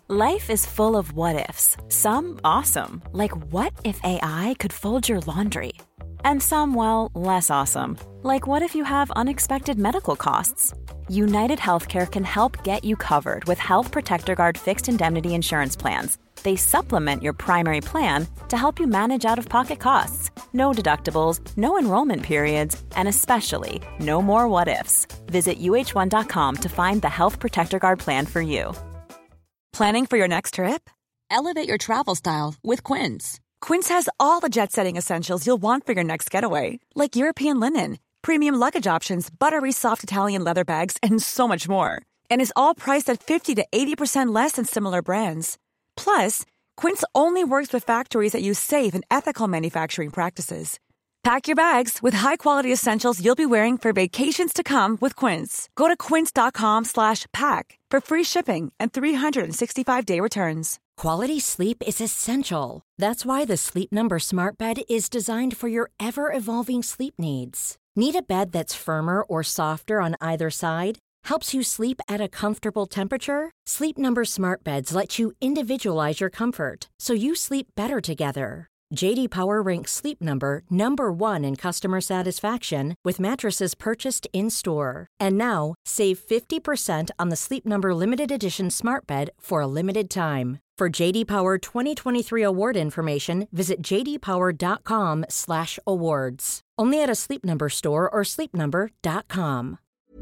Life is full of what-ifs. Some awesome, like what if AI could fold your laundry? And some, well, less awesome, like what if you have unexpected medical costs? United Healthcare can help get you covered with Health Protector Guard fixed indemnity insurance plans. They supplement your primary plan to help you manage out-of-pocket costs. No deductibles, no enrollment periods, and especially no more what-ifs. Visit uh1.com to find the Health Protector Guard plan for you. Planning for your next trip? Elevate your travel style with Quince. Quince has all the jet-setting essentials you'll want for your next getaway, like European linen, premium luggage options, buttery soft Italian leather bags, and so much more. And is all priced at 50 to 80% less than similar brands. Plus, Quince only works with factories that use safe and ethical manufacturing practices. Pack your bags with high-quality essentials you'll be wearing for vacations to come with Quince. Go to quince.com/pack for free shipping and 365-day returns. Quality sleep is essential. That's why the Sleep Number Smart Bed is designed for your ever-evolving sleep needs. Need a bed that's firmer or softer on either side? Helps you sleep at a comfortable temperature? Sleep Number Smart Beds let you individualize your comfort so you sleep better together. J.D. Power ranks Sleep Number number 1 in customer satisfaction with mattresses purchased in-store. And now, save 50% on the Sleep Number Limited Edition Smart Bed for a limited time. For J.D. Power 2023 award information, visit jdpower.com/awards. Only at a Sleep Number store or sleepnumber.com.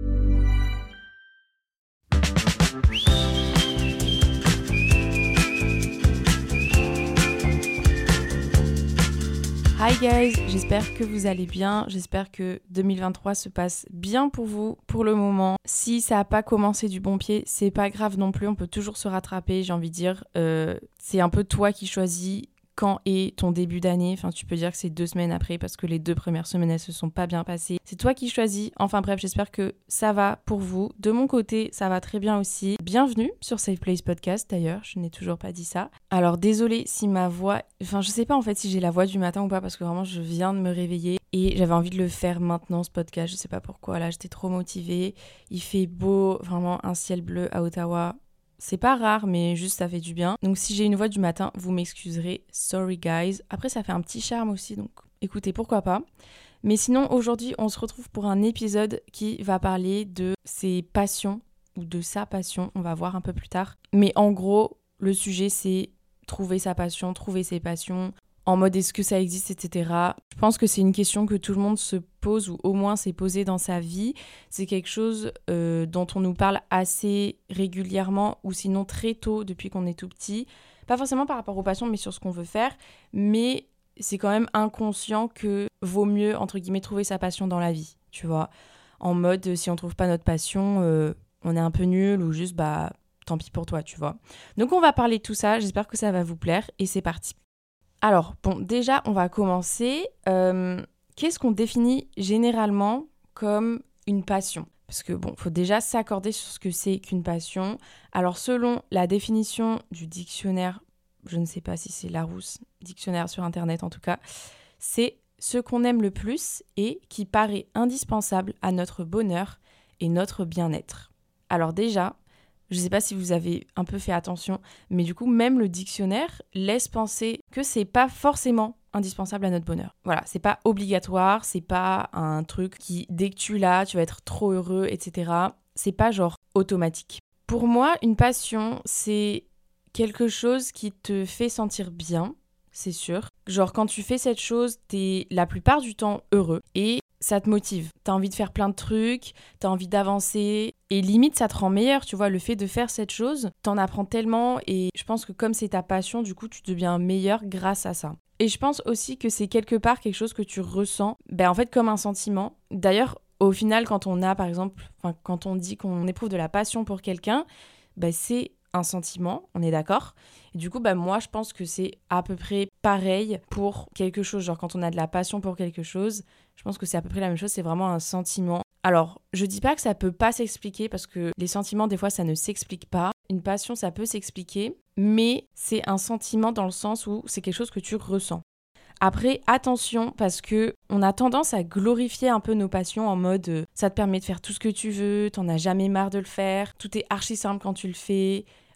Hi guys, j'espère que vous allez bien, j'espère que 2023 se passe bien pour vous pour le moment. Si ça n'a pas commencé du bon pied, c'est pas grave non plus, on peut toujours se rattraper, j'ai envie de dire. C'est un peu toi qui choisis quand est ton début d'année. Enfin, tu peux dire que c'est 2 semaines après parce que les 2 premières semaines, elles se sont pas bien passées. C'est toi qui choisis. Enfin bref, j'espère que ça va pour vous. De mon côté, ça va très bien aussi. Bienvenue sur Safe Place Podcast d'ailleurs, je n'ai toujours pas dit ça. Alors désolée si ma voix... Enfin, je sais pas en fait si j'ai la voix du matin ou pas parce que vraiment, je viens de me réveiller et j'avais envie de le faire maintenant, ce podcast. Je sais pas pourquoi, là, j'étais trop motivée. Il fait beau, vraiment un ciel bleu à Ottawa. C'est pas rare, mais juste ça fait du bien. Donc si j'ai une voix du matin, vous m'excuserez. Sorry guys. Après, ça fait un petit charme aussi, donc écoutez, pourquoi pas. Mais sinon, aujourd'hui, on se retrouve pour un épisode qui va parler de ses passions, ou de sa passion, on va voir un peu plus tard. Mais en gros, le sujet, c'est trouver sa passion, trouver ses passions, en mode est-ce que ça existe, etc. Je pense que c'est une question que tout le monde se pose ou au moins s'est posé dans sa vie. C'est quelque chose dont on nous parle assez régulièrement ou sinon très tôt depuis qu'on est tout petit. Pas forcément par rapport aux passions mais sur ce qu'on veut faire. Mais c'est quand même inconscient que vaut mieux, entre guillemets, trouver sa passion dans la vie. Tu vois, en mode si on trouve pas notre passion, on est un peu nul ou juste tant pis pour toi, tu vois. Donc on va parler de tout ça, j'espère que ça va vous plaire et c'est parti. Alors, bon, déjà, on va commencer. Qu'est-ce qu'on définit généralement comme une passion ? Parce que, bon, il faut déjà s'accorder sur ce que c'est qu'une passion. Alors, selon la définition du dictionnaire, je ne sais pas si c'est Larousse, dictionnaire sur Internet en tout cas, c'est ce qu'on aime le plus et qui paraît indispensable à notre bonheur et notre bien-être. Alors déjà... Je ne sais pas si vous avez un peu fait attention, mais du coup, même le dictionnaire laisse penser que c'est pas forcément indispensable à notre bonheur. Voilà, c'est pas obligatoire, c'est pas un truc qui, dès que tu l'as, tu vas être trop heureux, etc. C'est pas genre automatique. Pour moi, une passion, c'est quelque chose qui te fait sentir bien, c'est sûr. Genre, quand tu fais cette chose, t'es la plupart du temps heureux et ça te motive. T'as envie de faire plein de trucs, t'as envie d'avancer et limite ça te rend meilleur, tu vois, le fait de faire cette chose, t'en apprends tellement et je pense que comme c'est ta passion, du coup tu deviens meilleur grâce à ça. Et je pense aussi que c'est quelque part quelque chose que tu ressens, en fait comme un sentiment. D'ailleurs, au final, quand on a par exemple, quand on dit qu'on éprouve de la passion pour quelqu'un, c'est un sentiment, on est d'accord ? Et du coup, moi, je pense que c'est à peu près pareil pour quelque chose. Genre, quand on a de la passion pour quelque chose, je pense que c'est à peu près la même chose, c'est vraiment un sentiment. Alors, je dis pas que ça peut pas s'expliquer, parce que les sentiments, des fois, ça ne s'explique pas. Une passion, ça peut s'expliquer, mais c'est un sentiment dans le sens où c'est quelque chose que tu ressens. Après, attention, parce que on a tendance à glorifier un peu nos passions en mode ça te permet de faire tout ce que tu veux, t'en as jamais marre de le faire, tout est archi simple quand tu le fais,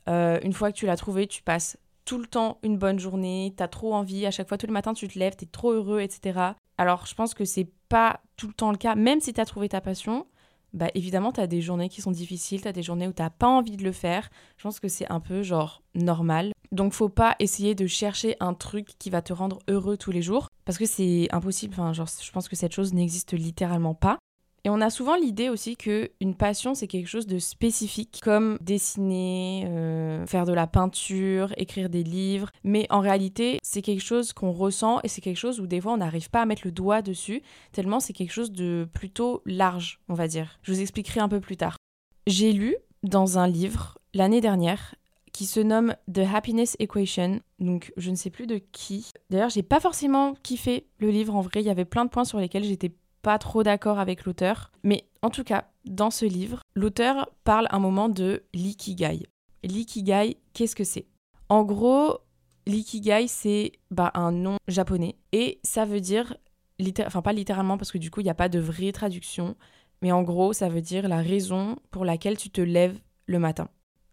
Une fois que tu l'as trouvé, tu passes tout le temps une bonne journée, t'as trop envie, à chaque fois, tous les matins, tu te lèves, t'es trop heureux, etc. Alors, je pense que c'est pas tout le temps le cas, même si t'as trouvé ta passion. Bah évidemment, t'as des journées qui sont difficiles, t'as des journées où t'as pas envie de le faire. Je pense que c'est un peu genre normal. Donc faut pas essayer de chercher un truc qui va te rendre heureux tous les jours parce que c'est impossible. Enfin, genre, je pense que cette chose n'existe littéralement pas. Et on a souvent l'idée aussi qu'une passion, c'est quelque chose de spécifique, comme dessiner, faire de la peinture, écrire des livres. Mais en réalité, c'est quelque chose qu'on ressent et c'est quelque chose où des fois, on n'arrive pas à mettre le doigt dessus, tellement c'est quelque chose de plutôt large, on va dire. Je vous expliquerai un peu plus tard. J'ai lu dans un livre, l'année dernière, qui se nomme The Happiness Equation, donc je ne sais plus de qui. D'ailleurs, j'ai pas forcément kiffé le livre, en vrai, il y avait plein de points sur lesquels j'étais pas trop d'accord avec l'auteur. Mais en tout cas, dans ce livre, l'auteur parle un moment de l'ikigai. L'ikigai, qu'est-ce que c'est ? En gros, l'ikigai, c'est un nom japonais. Et ça veut dire, pas littéralement parce que du coup, il n'y a pas de vraie traduction. Mais en gros, ça veut dire la raison pour laquelle tu te lèves le matin.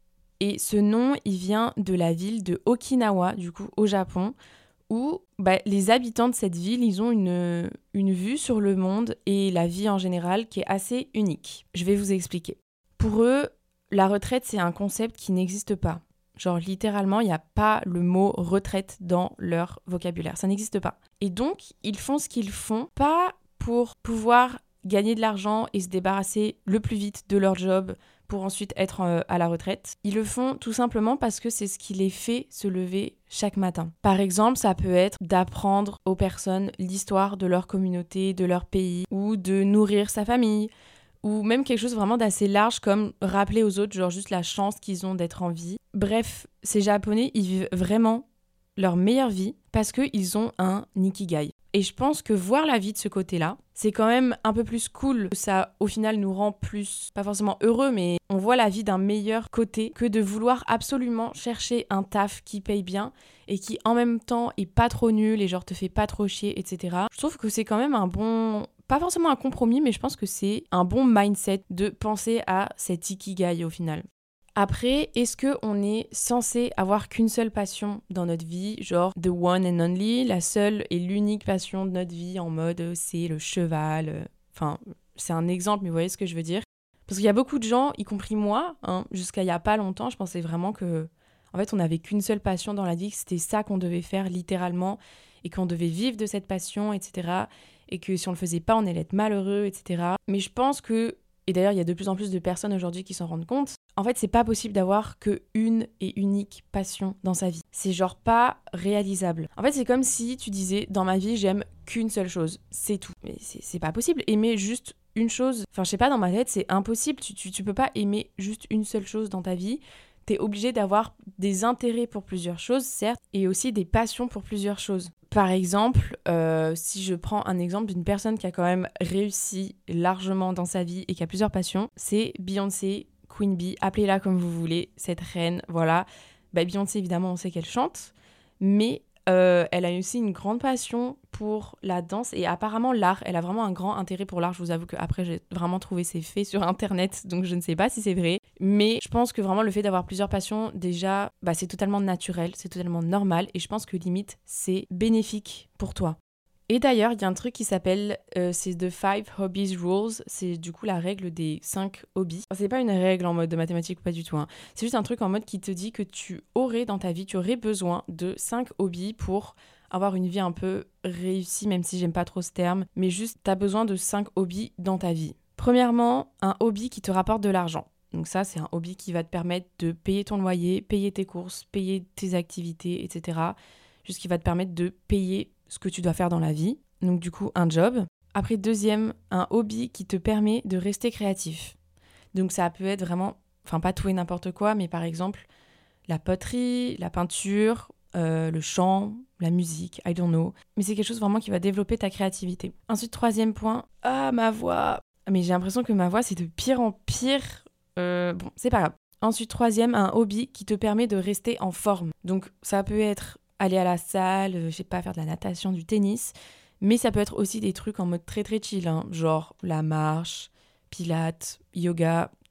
Et ce nom, il vient de la ville de Okinawa, du coup, au Japon, où les habitants de cette ville, ils ont une vue sur le monde et la vie en général qui est assez unique. Je vais vous expliquer. Pour eux, la retraite, c'est un concept qui n'existe pas. Genre, littéralement, il n'y a pas le mot retraite dans leur vocabulaire. Ça n'existe pas. Et donc, ils font ce qu'ils font, pas pour pouvoir gagner de l'argent et se débarrasser le plus vite de leur job pour ensuite être à la retraite. Ils le font tout simplement parce que c'est ce qui les fait se lever chaque matin. Par exemple, ça peut être d'apprendre aux personnes l'histoire de leur communauté, de leur pays, ou de nourrir sa famille, ou même quelque chose vraiment d'assez large comme rappeler aux autres genre juste la chance qu'ils ont d'être en vie. Bref, ces Japonais, ils vivent vraiment leur meilleure vie parce qu'ils ont un ikigai. Et je pense que voir la vie de ce côté-là, c'est quand même un peu plus cool. Ça, au final, nous rend plus, pas forcément heureux, mais on voit la vie d'un meilleur côté que de vouloir absolument chercher un taf qui paye bien et qui, en même temps, est pas trop nul et genre te fait pas trop chier, etc. Je trouve que c'est quand même un bon... Pas forcément un compromis, mais je pense que c'est un bon mindset de penser à cet ikigai au final. Après, est-ce qu'on est censé avoir qu'une seule passion dans notre vie, genre the one and only, la seule et l'unique passion de notre vie en mode c'est le cheval, enfin c'est un exemple mais vous voyez ce que je veux dire. Parce qu'il y a beaucoup de gens, y compris moi, jusqu'à il y a pas longtemps, je pensais vraiment que en fait on n'avait qu'une seule passion dans la vie, que c'était ça qu'on devait faire littéralement et qu'on devait vivre de cette passion, etc. Et que si on le faisait pas on allait être malheureux, etc. Mais je pense que, et d'ailleurs il y a de plus en plus de personnes aujourd'hui qui s'en rendent compte, en fait, c'est pas possible d'avoir que une et unique passion dans sa vie. C'est genre pas réalisable. En fait, c'est comme si tu disais, dans ma vie, j'aime qu'une seule chose. C'est tout. Mais c'est pas possible. Aimer juste une chose, enfin, je sais pas, dans ma tête, c'est impossible. Tu peux pas aimer juste une seule chose dans ta vie. T'es obligé d'avoir des intérêts pour plusieurs choses, certes, et aussi des passions pour plusieurs choses. Par exemple, si je prends un exemple d'une personne qui a quand même réussi largement dans sa vie et qui a plusieurs passions, c'est Beyoncé, Queen Bee, appelez-la comme vous voulez, cette reine, voilà. Beyoncé, évidemment, on sait qu'elle chante, mais elle a aussi une grande passion pour la danse et apparemment l'art. Elle a vraiment un grand intérêt pour l'art. Je vous avoue qu'après, j'ai vraiment trouvé ses faits sur Internet, donc je ne sais pas si c'est vrai. Mais je pense que vraiment, le fait d'avoir plusieurs passions, déjà, c'est totalement naturel, c'est totalement normal et je pense que limite, c'est bénéfique pour toi. Et d'ailleurs, il y a un truc qui s'appelle, c'est The 5 Hobbies Rules, c'est du coup la règle des 5 hobbies. C'est pas une règle en mode de mathématiques, pas du tout, C'est juste un truc en mode qui te dit que tu aurais dans ta vie, tu aurais besoin de 5 hobbies pour avoir une vie un peu réussie, même si j'aime pas trop ce terme, mais juste t'as besoin de 5 hobbies dans ta vie. Premièrement, un hobby qui te rapporte de l'argent. Donc ça, c'est un hobby qui va te permettre de payer ton loyer, payer tes courses, payer tes activités, etc. Juste qui va te permettre de payer ce que tu dois faire dans la vie. Donc du coup, un job. Après, deuxième, un hobby qui te permet de rester créatif. Donc ça peut être vraiment, pas tout et n'importe quoi, mais par exemple, la poterie, la peinture, le chant, la musique, I don't know. Mais c'est quelque chose vraiment qui va développer ta créativité. Ensuite, troisième point, ma voix. Mais j'ai l'impression que ma voix, c'est de pire en pire. Bon, c'est pas grave. Ensuite, troisième, un hobby qui te permet de rester en forme. Donc ça peut être aller à la salle, je sais pas, faire de la natation, du tennis. Mais ça peut être aussi des trucs en mode très très chill, genre la marche, pilates, yoga,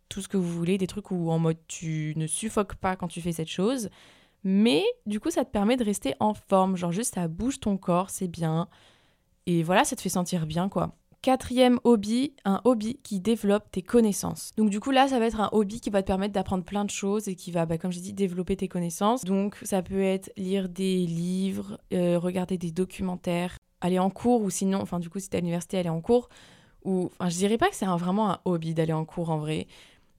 tout ce que vous voulez, des trucs où en mode tu ne suffoques pas quand tu fais cette chose, mais du coup ça te permet de rester en forme, genre juste ça bouge ton corps, c'est bien, et voilà, ça te fait sentir bien quoi. 4e hobby, un hobby qui développe tes connaissances. Donc du coup là, ça va être un hobby qui va te permettre d'apprendre plein de choses et qui va, comme j'ai dit, développer tes connaissances. Donc ça peut être lire des livres, regarder des documentaires, aller en cours ou sinon, enfin du coup si t'es à l'université, aller en cours. Ou, enfin je dirais pas que c'est vraiment un hobby d'aller en cours en vrai,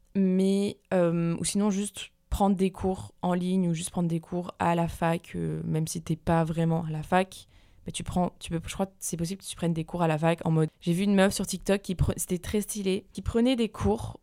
mais ou sinon juste prendre des cours en ligne ou juste prendre des cours à la fac, même si t'es pas vraiment à la fac. Je crois que c'est possible que tu prennes des cours à la fac en mode... J'ai vu une meuf sur TikTok c'était très stylé, qui prenait des cours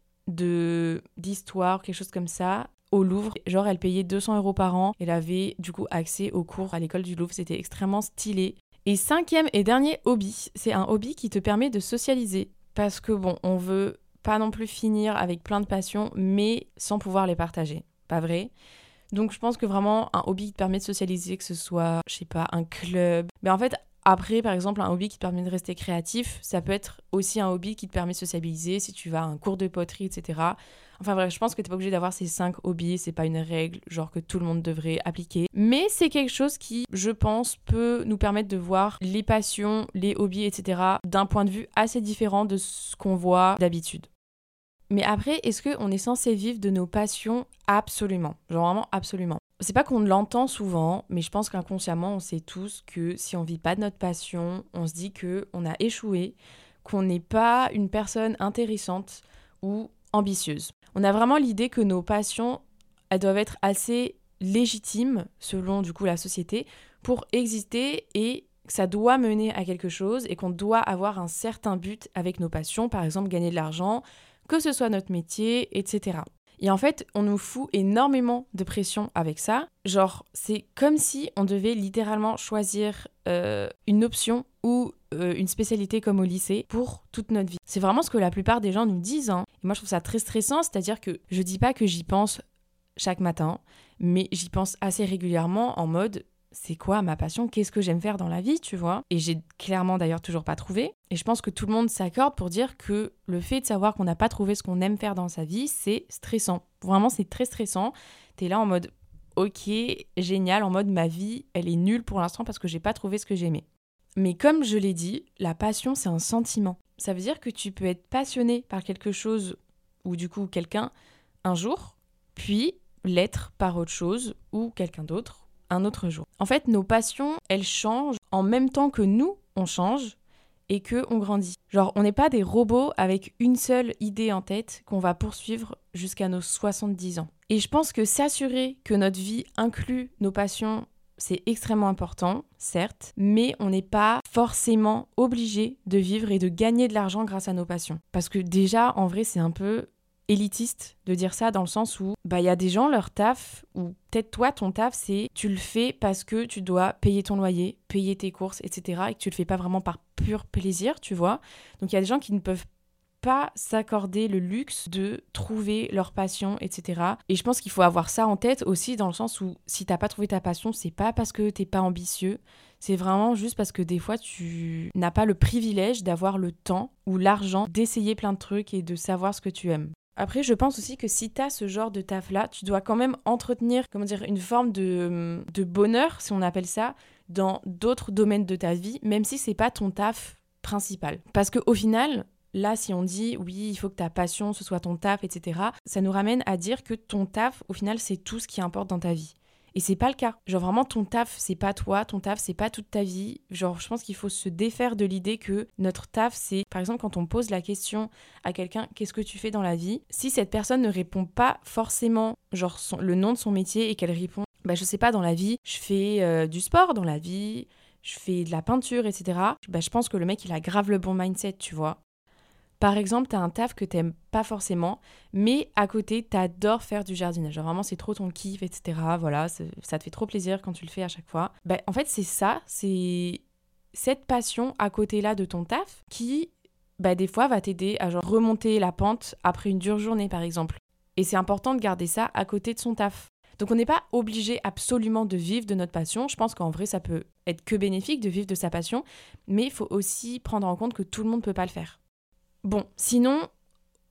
d'histoire, quelque chose comme ça, au Louvre. Genre, elle payait 200 € par an. Elle avait du coup accès aux cours à l'école du Louvre. C'était extrêmement stylé. Et 5e et dernier hobby, c'est un hobby qui te permet de socialiser. Parce que bon, on veut pas non plus finir avec plein de passions, mais sans pouvoir les partager. Pas vrai ? Donc je pense que vraiment un hobby qui te permet de socialiser, que ce soit, je sais pas, un club. Mais en fait, après, par exemple, un hobby qui te permet de rester créatif, ça peut être aussi un hobby qui te permet de sociabiliser si tu vas à un cours de poterie, etc. Enfin bref, je pense que t'es pas obligé d'avoir ces 5 hobbies, c'est pas une règle, genre que tout le monde devrait appliquer. Mais c'est quelque chose qui, je pense, peut nous permettre de voir les passions, les hobbies, etc. d'un point de vue assez différent de ce qu'on voit d'habitude. Mais après, est-ce qu'on est censé vivre de nos passions ? Absolument. Genre vraiment absolument. C'est pas qu'on l'entend souvent, mais je pense qu'inconsciemment, on sait tous que si on vit pas de notre passion, on se dit qu'on a échoué, qu'on n'est pas une personne intéressante ou ambitieuse. On a vraiment l'idée que nos passions, elles doivent être assez légitimes, selon du coup la société, pour exister et que ça doit mener à quelque chose et qu'on doit avoir un certain but avec nos passions, par exemple gagner de l'argent, que ce soit notre métier, etc. Et en fait, on nous fout énormément de pression avec ça. Genre, c'est comme si on devait littéralement choisir une option ou une spécialité comme au lycée pour toute notre vie. C'est vraiment ce que la plupart des gens nous disent, hein. Et moi, je trouve ça très stressant, c'est-à-dire que je dis pas que j'y pense chaque matin, mais j'y pense assez régulièrement en mode... C'est quoi ma passion ? Qu'est-ce que j'aime faire dans la vie, tu vois ? Et j'ai clairement d'ailleurs toujours pas trouvé. Et je pense que tout le monde s'accorde pour dire que le fait de savoir qu'on n'a pas trouvé ce qu'on aime faire dans sa vie, c'est stressant. Vraiment, c'est très stressant. T'es là en mode, ok, génial, en mode ma vie, elle est nulle pour l'instant parce que j'ai pas trouvé ce que j'aimais. Mais comme je l'ai dit, la passion, c'est un sentiment. Ça veut dire que tu peux être passionné par quelque chose ou du coup quelqu'un un jour, puis l'être par autre chose ou quelqu'un d'autre un autre jour. En fait, nos passions, elles changent en même temps que nous, on change et qu'on grandit. Genre, on n'est pas des robots avec une seule idée en tête qu'on va poursuivre jusqu'à nos 70 ans. Et je pense que s'assurer que notre vie inclut nos passions, c'est extrêmement important, certes, mais on n'est pas forcément obligé de vivre et de gagner de l'argent grâce à nos passions. Parce que déjà, en vrai, c'est un peu... élitiste de dire ça dans le sens où y a des gens, leur taf, ou peut-être toi, ton taf, c'est tu le fais parce que tu dois payer ton loyer, payer tes courses, etc. et que tu le fais pas vraiment par pur plaisir, tu vois. Donc il y a des gens qui ne peuvent pas s'accorder le luxe de trouver leur passion, etc. Et je pense qu'il faut avoir ça en tête aussi dans le sens où si t'as pas trouvé ta passion, c'est pas parce que t'es pas ambitieux, c'est vraiment juste parce que des fois tu n'as pas le privilège d'avoir le temps ou l'argent d'essayer plein de trucs et de savoir ce que tu aimes. Après, je pense aussi que si t'as ce genre de taf-là, tu dois quand même entretenir, une forme de bonheur, si on appelle ça, dans d'autres domaines de ta vie, même si c'est pas ton taf principal. Parce qu'au final, là, si on dit, oui, il faut que ta passion, ce soit ton taf, etc., ça nous ramène à dire que ton taf, au final, c'est tout ce qui importe dans ta vie. Et c'est pas le cas. Genre vraiment, ton taf, c'est pas toi, ton taf, c'est pas toute ta vie. Genre, je pense qu'il faut se défaire de l'idée que notre taf, c'est... Par exemple, quand on pose la question à quelqu'un, qu'est-ce que tu fais dans la vie ? Si cette personne ne répond pas forcément, genre, le nom de son métier et qu'elle répond, je sais pas, dans la vie, je fais du sport, dans la vie, je fais de la peinture, etc. Je pense que le mec, il a grave le bon mindset, tu vois. Par exemple, t'as un taf que t'aimes pas forcément, mais à côté, t'adores faire du jardinage. Genre vraiment, c'est trop ton kiff, etc. Voilà, ça te fait trop plaisir quand tu le fais à chaque fois. En fait, c'est ça, c'est cette passion à côté-là de ton taf qui, des fois, va t'aider à genre remonter la pente après une dure journée, par exemple. Et c'est important de garder ça à côté de son taf. Donc on n'est pas obligé absolument de vivre de notre passion. Je pense qu'en vrai, ça peut être que bénéfique de vivre de sa passion, mais il faut aussi prendre en compte que tout le monde peut pas le faire. Bon, sinon,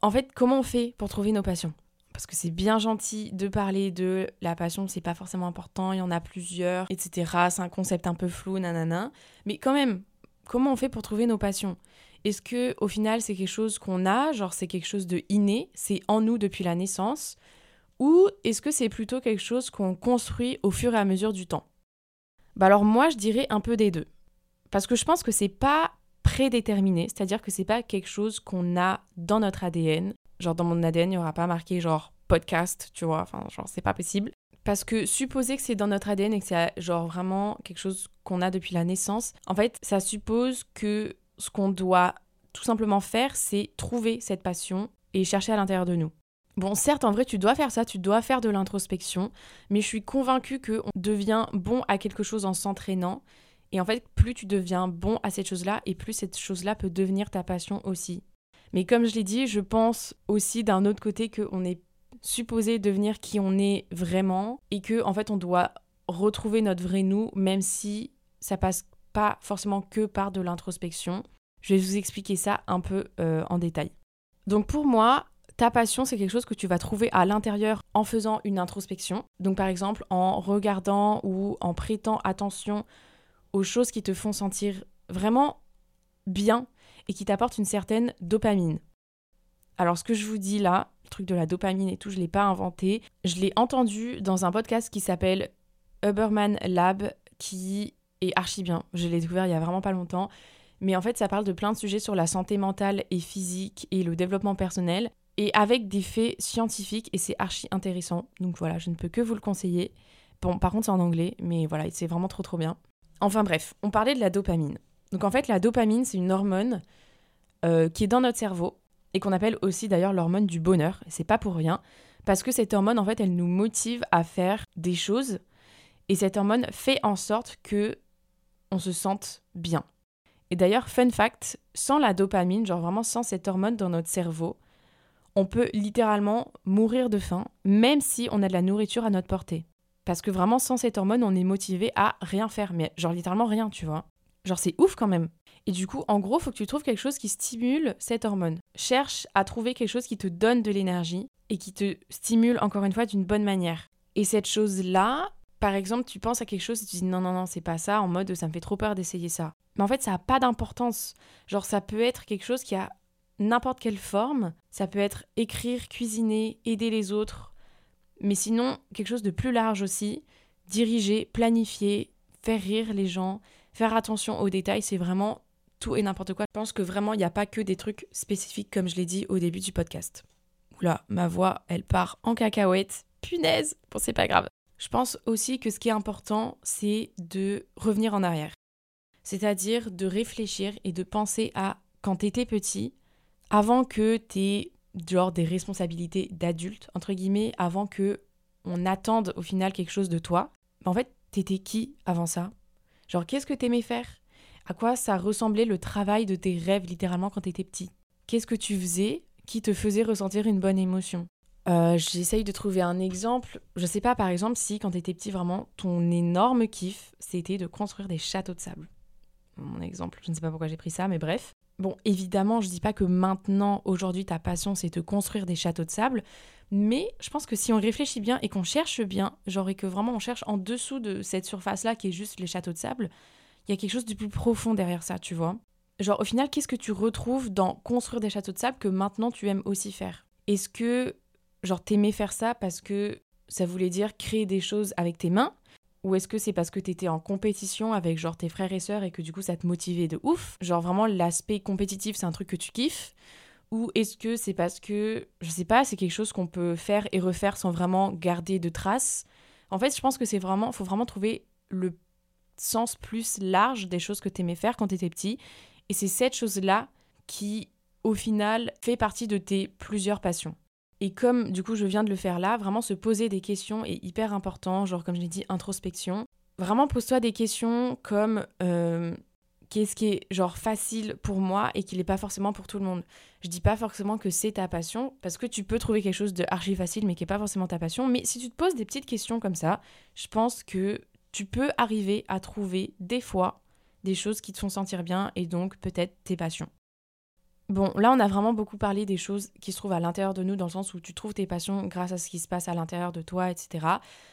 En fait, comment on fait pour trouver nos passions ? Parce que c'est bien gentil de parler de la passion, c'est pas forcément important, il y en a plusieurs, etc. C'est un concept un peu flou, nanana. Mais quand même, comment on fait pour trouver nos passions ? Est-ce que au final c'est quelque chose qu'on a, genre c'est quelque chose de inné, c'est en nous depuis la naissance ? Ou est-ce que c'est plutôt quelque chose qu'on construit au fur et à mesure du temps ? Bah alors moi je dirais un peu des deux. Parce que je pense que c'est pas prédéterminé, c'est-à-dire que c'est pas quelque chose qu'on a dans notre ADN. Genre dans mon ADN, il n'y aura pas marqué genre podcast, tu vois, enfin genre c'est pas possible. Parce que supposer que c'est dans notre ADN et que c'est genre vraiment quelque chose qu'on a depuis la naissance, en fait ça suppose que ce qu'on doit tout simplement faire, c'est trouver cette passion et chercher à l'intérieur de nous. Bon, certes, en vrai, tu dois faire ça, tu dois faire de l'introspection, mais je suis convaincue qu'on devient bon à quelque chose en s'entraînant. Et en fait, plus tu deviens bon à cette chose-là, et plus cette chose-là peut devenir ta passion aussi. Mais comme je l'ai dit, je pense aussi d'un autre côté qu'on est supposé devenir qui on est vraiment et que en fait on doit retrouver notre vrai nous, même si ça passe pas forcément que par de l'introspection. Je vais vous expliquer ça un peu en détail. Donc pour moi, ta passion, c'est quelque chose que tu vas trouver à l'intérieur en faisant une introspection. Donc par exemple en regardant ou en prêtant attention aux choses qui te font sentir vraiment bien et qui t'apportent une certaine dopamine. Alors ce que je vous dis là, le truc de la dopamine et tout, je ne l'ai pas inventé. Je l'ai entendu dans un podcast qui s'appelle Huberman Lab, qui est archi bien. Je l'ai découvert il y a vraiment pas longtemps. Mais en fait, ça parle de plein de sujets sur la santé mentale et physique et le développement personnel, et avec des faits scientifiques, et c'est archi intéressant. Donc voilà, je ne peux que vous le conseiller. Bon, par contre, c'est en anglais, mais voilà, c'est vraiment trop bien. Enfin bref, on parlait de la dopamine. Donc en fait, la dopamine, c'est une hormone qui est dans notre cerveau et qu'on appelle aussi d'ailleurs l'hormone du bonheur. Et c'est pas pour rien, parce que cette hormone, en fait, elle nous motive à faire des choses et cette hormone fait en sorte que on se sente bien. Et d'ailleurs, fun fact, sans la dopamine, genre vraiment sans cette hormone dans notre cerveau, on peut littéralement mourir de faim, même si on a de la nourriture à notre portée. Parce que vraiment, sans cette hormone, on est motivé à rien faire, mais genre littéralement rien, tu vois. Genre c'est ouf quand même. Et du coup, en gros, faut que tu trouves quelque chose qui stimule cette hormone. Cherche à trouver quelque chose qui te donne de l'énergie et qui te stimule, encore une fois, d'une bonne manière. Et cette chose-là, par exemple, tu penses à quelque chose et tu dis non, c'est pas ça, en mode ça me fait trop peur d'essayer ça. Mais en fait, ça n'a pas d'importance. Genre, ça peut être quelque chose qui a n'importe quelle forme. Ça peut être écrire, cuisiner, aider les autres. Mais sinon, quelque chose de plus large aussi. Diriger, planifier, faire rire les gens, faire attention aux détails, c'est vraiment tout et n'importe quoi. Je pense que vraiment, il n'y a pas que des trucs spécifiques, comme je l'ai dit au début du podcast. Oula, ma voix, elle part en cacahuète. Punaise! Bon, c'est pas grave. Je pense aussi que ce qui est important, c'est de revenir en arrière. C'est-à-dire de réfléchir et de penser à quand t'étais petit, avant que t'aies genre des responsabilités d'adulte, entre guillemets, avant que on attende au final quelque chose de toi. En fait, t'étais qui avant ça ? Genre, qu'est-ce que t'aimais faire ? À quoi ça ressemblait le travail de tes rêves, littéralement, quand t'étais petit ? Qu'est-ce que tu faisais qui te faisait ressentir une bonne émotion ? J'essaye de trouver un exemple. Je sais pas, par exemple, si quand t'étais petit, vraiment, ton énorme kiff, c'était de construire des châteaux de sable. Mon exemple, je ne sais pas pourquoi j'ai pris ça, mais bref. Bon, évidemment, je dis pas que maintenant, aujourd'hui, ta passion, c'est de construire des châteaux de sable, mais je pense que si on réfléchit bien et qu'on cherche bien, genre et que vraiment on cherche en dessous de cette surface-là qui est juste les châteaux de sable, il y a quelque chose de plus profond derrière ça, tu vois. Genre, au final, qu'est-ce que tu retrouves dans construire des châteaux de sable que maintenant tu aimes aussi faire ? Est-ce que, genre, t'aimais faire ça parce que ça voulait dire créer des choses avec tes mains ? Ou est-ce que c'est parce que t'étais en compétition avec genre tes frères et sœurs et que du coup ça te motivait de ouf ? Genre vraiment l'aspect compétitif c'est un truc que tu kiffes ? Ou est-ce que c'est parce que, je sais pas, c'est quelque chose qu'on peut faire et refaire sans vraiment garder de traces ? En fait je pense que faut vraiment trouver le sens plus large des choses que t'aimais faire quand t'étais petit. Et c'est cette chose-là qui au final fait partie de tes plusieurs passions. Et comme, du coup, je viens de le faire là, vraiment se poser des questions est hyper important, genre, comme je l'ai dit, introspection. Vraiment, pose-toi des questions comme qu'est-ce qui est, genre, facile pour moi et qui n'est pas forcément pour tout le monde. Je dis pas forcément que c'est ta passion, parce que tu peux trouver quelque chose de archi facile, mais qui n'est pas forcément ta passion. Mais si tu te poses des petites questions comme ça, je pense que tu peux arriver à trouver, des fois, des choses qui te font sentir bien et donc, peut-être, tes passions. Bon, là, on a vraiment beaucoup parlé des choses qui se trouvent à l'intérieur de nous, dans le sens où tu trouves tes passions grâce à ce qui se passe à l'intérieur de toi, etc.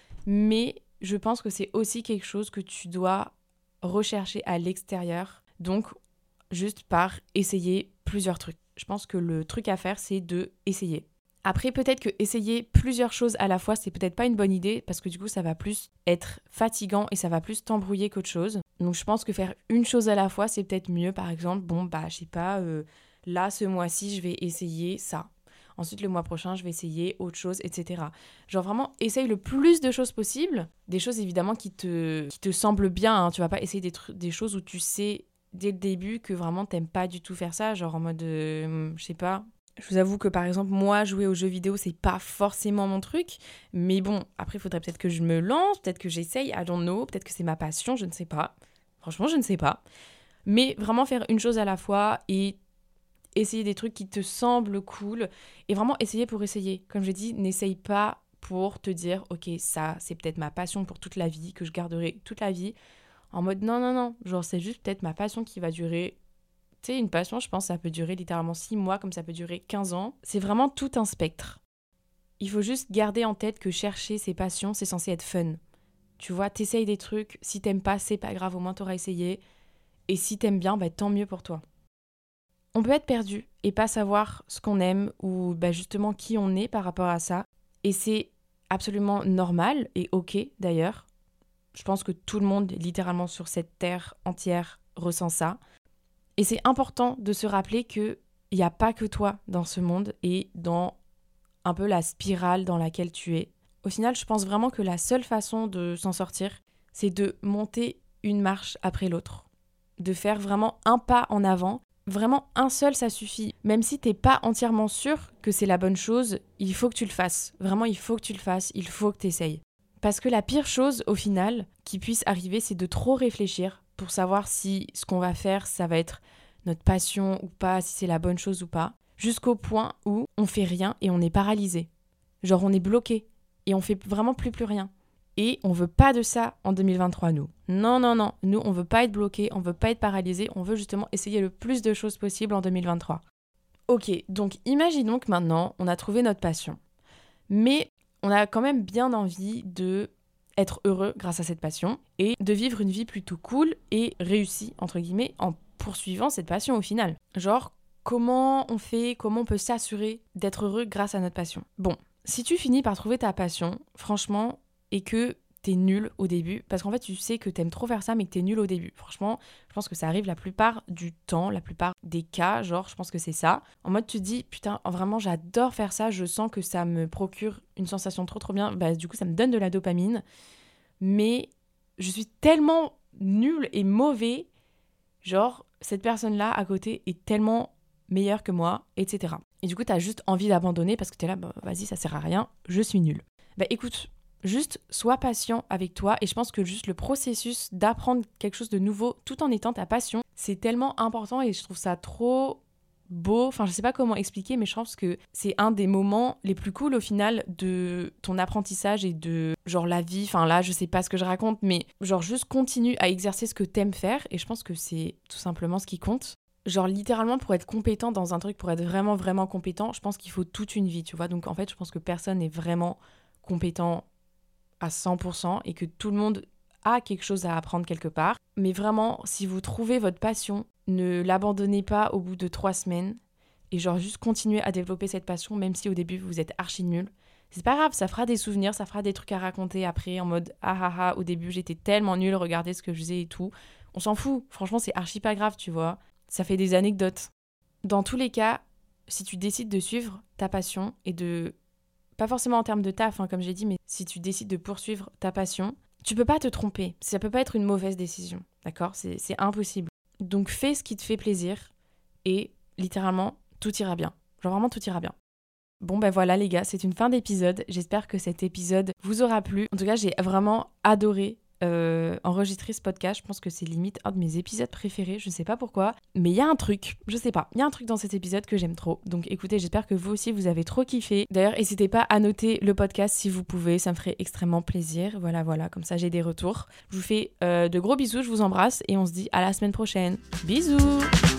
Mais je pense que c'est aussi quelque chose que tu dois rechercher à l'extérieur. Donc, juste par essayer plusieurs trucs. Je pense que le truc à faire, c'est de essayer. Après, peut-être que essayer plusieurs choses à la fois, c'est peut-être pas une bonne idée parce que du coup, ça va plus être fatigant et ça va plus t'embrouiller qu'autre chose. Donc, je pense que faire une chose à la fois, c'est peut-être mieux. Par exemple, je sais pas, là, ce mois-ci, je vais essayer ça. Ensuite, le mois prochain, je vais essayer autre chose, etc. Genre vraiment, essaye le plus de choses possible. Des choses, évidemment, qui te semblent bien. Hein. Tu vas pas essayer des choses où tu sais dès le début que vraiment, t'aimes pas du tout faire ça. Genre en mode, je sais pas... Je vous avoue que par exemple, moi, jouer aux jeux vidéo, c'est pas forcément mon truc. Mais bon, après, il faudrait peut-être que je me lance, peut-être que j'essaye, I don't know, peut-être que c'est ma passion, je ne sais pas. Franchement, je ne sais pas. Mais vraiment faire une chose à la fois et essayer des trucs qui te semblent cool. Et vraiment essayer pour essayer. Comme j'ai dit, n'essaye pas pour te dire, ok, ça, c'est peut-être ma passion pour toute la vie, que je garderai toute la vie. En mode, non. Genre, c'est juste peut-être ma passion qui va durer... Tu sais, une passion, je pense, ça peut durer littéralement 6 mois, comme ça peut durer 15 ans. C'est vraiment tout un spectre. Il faut juste garder en tête que chercher ses passions, c'est censé être fun. Tu vois, t'essayes des trucs. Si t'aimes pas, c'est pas grave, au moins t'auras essayé. Et si t'aimes bien, tant mieux pour toi. On peut être perdu et pas savoir ce qu'on aime ou justement qui on est par rapport à ça. Et c'est absolument normal et ok d'ailleurs. Je pense que tout le monde, littéralement sur cette terre entière, ressent ça. Et c'est important de se rappeler qu'il n'y a pas que toi dans ce monde et dans un peu la spirale dans laquelle tu es. Au final, je pense vraiment que la seule façon de s'en sortir, c'est de monter une marche après l'autre. De faire vraiment un pas en avant. Vraiment, un seul, ça suffit. Même si t'es pas entièrement sûr que c'est la bonne chose, il faut que tu le fasses. Vraiment, il faut que tu le fasses, il faut que t'essayes. Parce que la pire chose, au final, qui puisse arriver, c'est de trop réfléchir pour savoir si ce qu'on va faire, ça va être notre passion ou pas, si c'est la bonne chose ou pas, jusqu'au point où on fait rien et on est paralysé. Genre on est bloqué et on fait vraiment plus rien. Et on veut pas de ça en 2023, nous. Non. Nous, on veut pas être bloqué, on veut pas être paralysé, on veut justement essayer le plus de choses possible en 2023. Ok, donc imaginons que maintenant, on a trouvé notre passion. Mais on a quand même bien envie de être heureux grâce à cette passion et de vivre une vie plutôt cool et réussie, entre guillemets, en poursuivant cette passion au final. Genre, comment on fait, comment on peut s'assurer d'être heureux grâce à notre passion. Bon, si tu finis par trouver ta passion, franchement, et que t'es nul au début, parce qu'en fait, tu sais que t'aimes trop faire ça, mais que t'es nul au début. Franchement, je pense que ça arrive la plupart du temps, la plupart des cas, genre, je pense que c'est ça. En mode, tu te dis, putain, vraiment, j'adore faire ça, je sens que ça me procure une sensation trop bien, du coup, ça me donne de la dopamine, mais je suis tellement nul et mauvais, genre, cette personne-là, à côté, est tellement meilleure que moi, etc. Et du coup, t'as juste envie d'abandonner parce que t'es là, vas-y, ça sert à rien, je suis nul. Écoute, juste sois patient avec toi et je pense que juste le processus d'apprendre quelque chose de nouveau tout en étant ta passion, c'est tellement important et je trouve ça trop beau. Enfin, je sais pas comment expliquer, mais je pense que c'est un des moments les plus cool au final de ton apprentissage et de genre la vie. Enfin là, je sais pas ce que je raconte, mais genre juste continue à exercer ce que t'aimes faire et je pense que c'est tout simplement ce qui compte. Genre littéralement pour être compétent dans un truc, pour être vraiment compétent, je pense qu'il faut toute une vie, tu vois. Donc en fait, je pense que personne n'est vraiment compétent à 100% et que tout le monde a quelque chose à apprendre quelque part. Mais vraiment, si vous trouvez votre passion, ne l'abandonnez pas au bout de 3 semaines et genre juste continuez à développer cette passion même si au début vous êtes archi nul. C'est pas grave, ça fera des souvenirs, ça fera des trucs à raconter après en mode au début j'étais tellement nul, regardez ce que je faisais et tout. On s'en fout, franchement c'est archi pas grave, tu vois. Ça fait des anecdotes. Dans tous les cas, si tu décides de suivre ta passion et de... Pas forcément en termes de taf, comme j'ai dit, mais si tu décides de poursuivre ta passion, tu peux pas te tromper. Ça peut pas être une mauvaise décision, d'accord ? C'est impossible. Donc fais ce qui te fait plaisir et littéralement, tout ira bien. Genre vraiment, tout ira bien. Bon voilà les gars, c'est une fin d'épisode. J'espère que cet épisode vous aura plu. En tout cas, j'ai vraiment adoré enregistrer ce podcast. Je pense que c'est limite un de mes épisodes préférés, je sais pas pourquoi, mais il y a un truc, je sais pas, il y a un truc dans cet épisode que j'aime trop. Donc écoutez, j'espère que vous aussi vous avez trop kiffé. D'ailleurs, n'hésitez pas à noter le podcast si vous pouvez, ça me ferait extrêmement plaisir. Voilà, comme ça j'ai des retours. Je vous fais de gros bisous, je vous embrasse et on se dit à la semaine prochaine. Bisous.